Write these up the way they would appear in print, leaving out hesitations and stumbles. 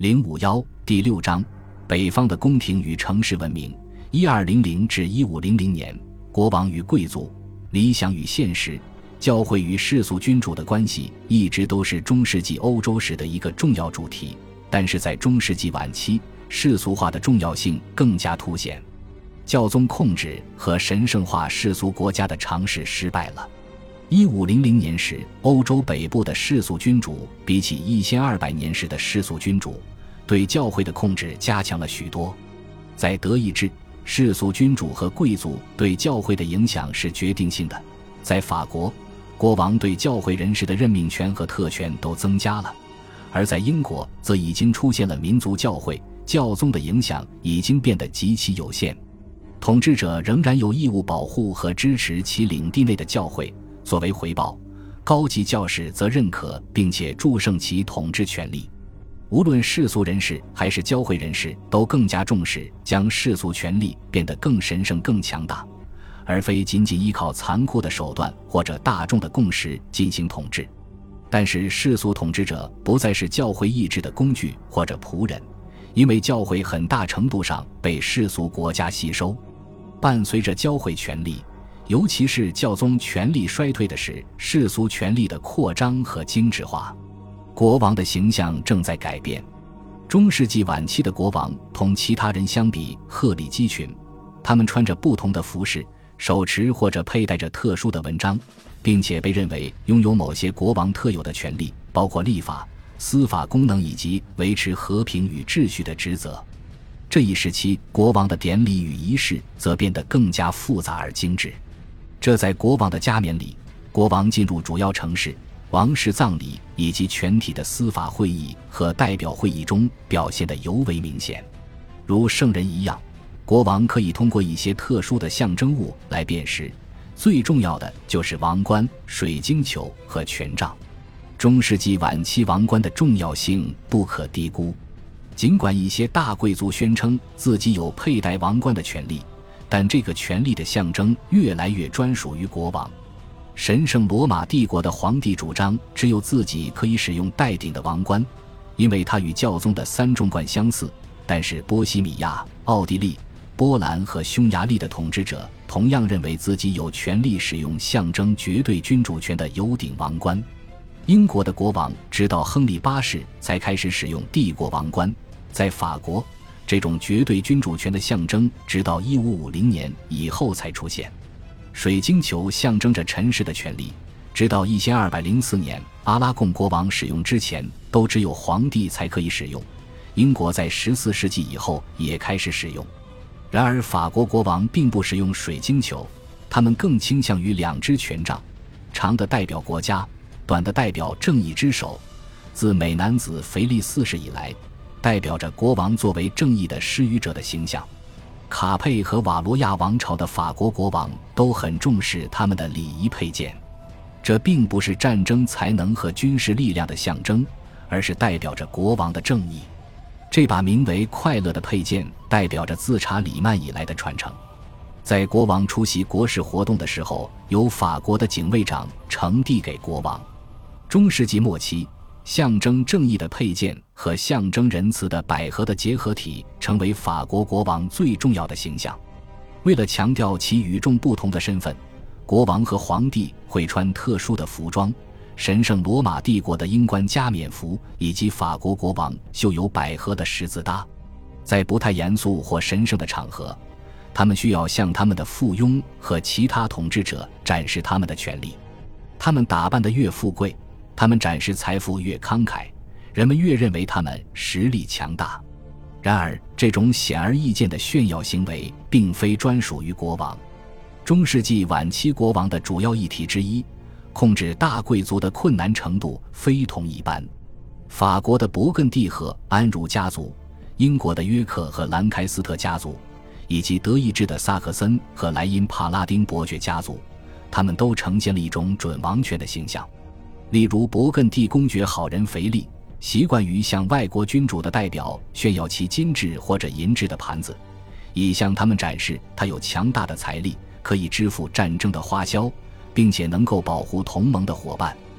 051第6章北方的宫廷与城市文明1200至1500年，国王与贵族，理想与现实，教会与世俗君主的关系一直都是中世纪欧洲史的一个重要主题，但是在中世纪晚期，世俗化的重要性更加凸显。教宗控制和神圣化世俗国家的尝试失败了。1500年时，欧洲北部的世俗君主比起1200年时的世俗君主，对教会的控制加强了许多。在德意志，世俗君主和贵族对教会的影响是决定性的。在法国，国王对教会人士的任命权和特权都增加了，而在英国则已经出现了民族教会，教宗的影响已经变得极其有限。统治者仍然有义务保护和支持其领地内的教会，作为回报，高级教士则认可并且祝圣其统治权力。无论世俗人士还是教会人士都更加重视将世俗权力变得更神圣更强大，而非仅仅依靠残酷的手段或者大众的共识进行统治。但是世俗统治者不再是教会意志的工具或者仆人，因为教会很大程度上被世俗国家吸收。伴随着教会权力，尤其是教宗权力衰退的是世俗权力的扩张和精致化。国王的形象正在改变。中世纪晚期的国王同其他人相比鹤立鸡群，他们穿着不同的服饰，手持或者佩戴着特殊的文章，并且被认为拥有某些国王特有的权利，包括立法、司法功能以及维持和平与秩序的职责。这一时期，国王的典礼与仪式则变得更加复杂而精致。这在国王的加冕礼、国王进入主要城市、王室葬礼以及全体的司法会议和代表会议中表现得尤为明显。如圣人一样，国王可以通过一些特殊的象征物来辨识，最重要的就是王冠、水晶球和权杖。中世纪晚期王冠的重要性不可低估。尽管一些大贵族宣称自己有佩戴王冠的权利，但这个权力的象征越来越专属于国王。神圣罗马帝国的皇帝主张只有自己可以使用带顶的王冠，因为它与教宗的三重冠相似，但是波西米亚、奥地利、波兰和匈牙利的统治者同样认为自己有权利使用象征绝对君主权的有顶王冠。英国的国王直到亨利八世才开始使用帝国王冠。在法国，这种绝对君主权的象征直到1550年以后才出现。水晶球象征着臣氏的权利，直到1204年阿拉贡国王使用之前都只有皇帝才可以使用。英国在14世纪以后也开始使用。然而法国国王并不使用水晶球，他们更倾向于两只权杖，长的代表国家，短的代表正义之手。自美男子腓力4世以来，代表着国王作为正义的施予者的形象。卡佩和瓦罗亚王朝的法国国王都很重视他们的礼仪配件，这并不是战争才能和军事力量的象征，而是代表着国王的正义。这把名为快乐的配件代表着自查理曼以来的传承。在国王出席国事活动的时候，由法国的警卫长呈递给国王。中世纪末期，象征正义的配件和象征仁慈的百合的结合体成为法国国王最重要的形象。为了强调其与众不同的身份，国王和皇帝会穿特殊的服装，神圣罗马帝国的英冠加冕服以及法国国王绣有百合的十字搭。在不太严肃或神圣的场合，他们需要向他们的附庸和其他统治者展示他们的权利。他们打扮得越富贵，他们展示财富越慷慨，人们越认为他们实力强大。然而，这种显而易见的炫耀行为并非专属于国王。中世纪晚期国王的主要议题之一，控制大贵族的困难程度非同一般。法国的勃艮第和安茹家族，英国的约克和兰开斯特家族，以及德意志的萨克森和莱茵帕拉丁伯爵家族，他们都呈现了一种准王权的形象。例如勃艮第公爵好人腓力习惯于向外国君主的代表炫耀其金质或者银质的盘子，以向他们展示他有强大的财力，可以支付战争的花销，并且能够保护同盟的伙伴。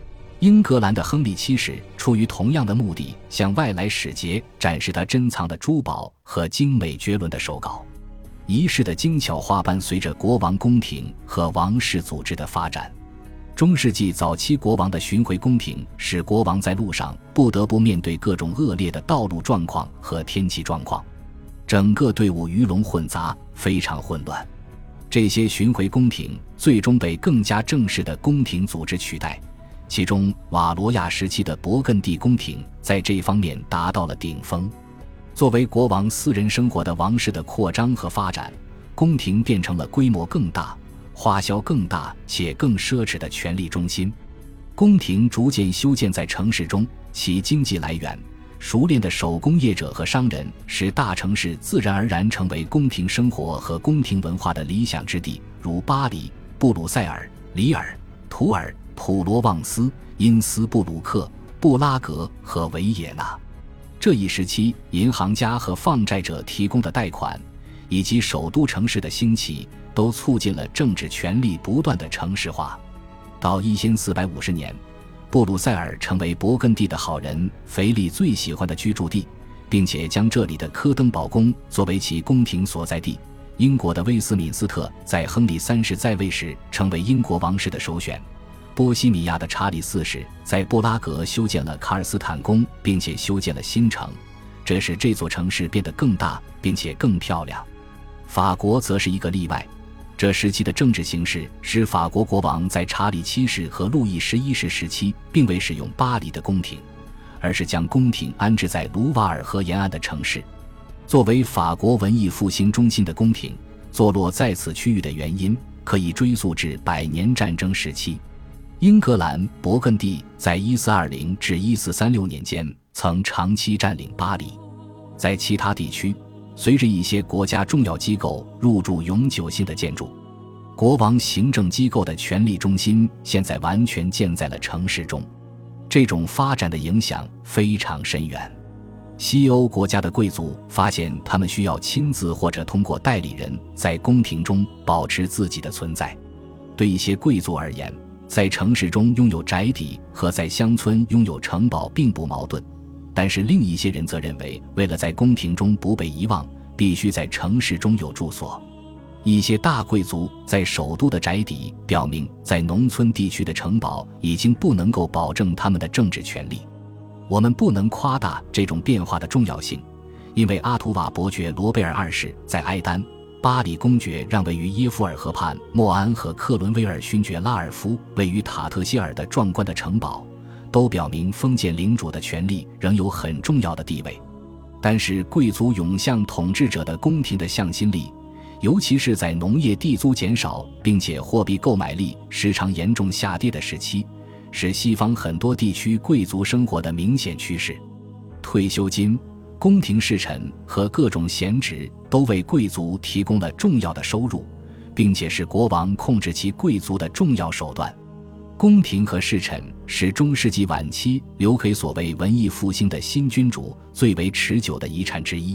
英格兰的亨利七世出于同样的目的，向外来使节展示他珍藏的珠宝和精美绝伦的手稿。仪式的精巧化伴随着国王宫廷和王室组织的发展。中世纪早期国王的巡回宫廷使国王在路上不得不面对各种恶劣的道路状况和天气状况，整个队伍鱼龙混杂，非常混乱。这些巡回宫廷最终被更加正式的宫廷组织取代，其中瓦罗亚时期的勃艮第宫廷在这方面达到了顶峰。作为国王私人生活的王室的扩张和发展，宫廷变成了规模更大、花销更大且更奢侈的权力中心。宫廷逐渐修建在城市中，其经济来源熟练的手工业者和商人使大城市自然而然成为宫廷生活和宫廷文化的理想之地，如巴黎、布鲁塞尔、里尔、图尔、普罗旺斯、因斯布鲁克、布拉格和维也纳。这一时期，银行家和放债者提供的贷款以及首都城市的兴起，都促进了政治权力不断的城市化。到1450年，布鲁塞尔成为勃艮第的好人腓力最喜欢的居住地，并且将这里的科登堡宫作为其宫廷所在地。英国的威斯敏斯特在亨利三世在位时成为英国王室的首选。波西米亚的查理四世在布拉格修建了卡尔斯坦宫，并且修建了新城，这使这座城市变得更大并且更漂亮。法国则是一个例外，这时期的政治形势使法国国王在查理七世和路易11世时期并未使用巴黎的宫廷，而是将宫廷安置在卢瓦尔河沿岸的城市。作为法国文艺复兴中心的宫廷，坐落在此区域的原因可以追溯至百年战争时期。英格兰勃艮第在1420至1436年间曾长期占领巴黎。在其他地区，随着一些国家重要机构入驻永久性的建筑，国王行政机构的权力中心现在完全建在了城市中。这种发展的影响非常深远。西欧国家的贵族发现他们需要亲自或者通过代理人在宫廷中保持自己的存在。对一些贵族而言，在城市中拥有宅邸和在乡村拥有城堡并不矛盾，但是另一些人则认为，为了在宫廷中不被遗忘，必须在城市中有住所。一些大贵族在首都的宅邸表明，在农村地区的城堡已经不能够保证他们的政治权利。我们不能夸大这种变化的重要性，因为阿图瓦伯爵罗贝尔二世在埃丹，巴黎公爵让位于耶夫尔河畔莫安和克伦威尔勋爵拉尔夫位于塔特希尔的壮观的城堡，都表明封建领主的权力仍有很重要的地位。但是贵族涌向统治者的宫廷的向心力，尤其是在农业地租减少并且货币购买力时常严重下跌的时期，是西方很多地区贵族生活的明显趋势。退休金、宫廷侍臣和各种闲职都为贵族提供了重要的收入，并且是国王控制其贵族的重要手段。宫廷和侍臣是中世纪晚期留给所谓文艺复兴的新君主最为持久的遗产之一。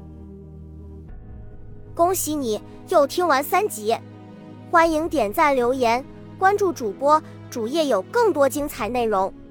恭喜你又听完3集，欢迎点赞留言，关注主播，主页有更多精彩内容。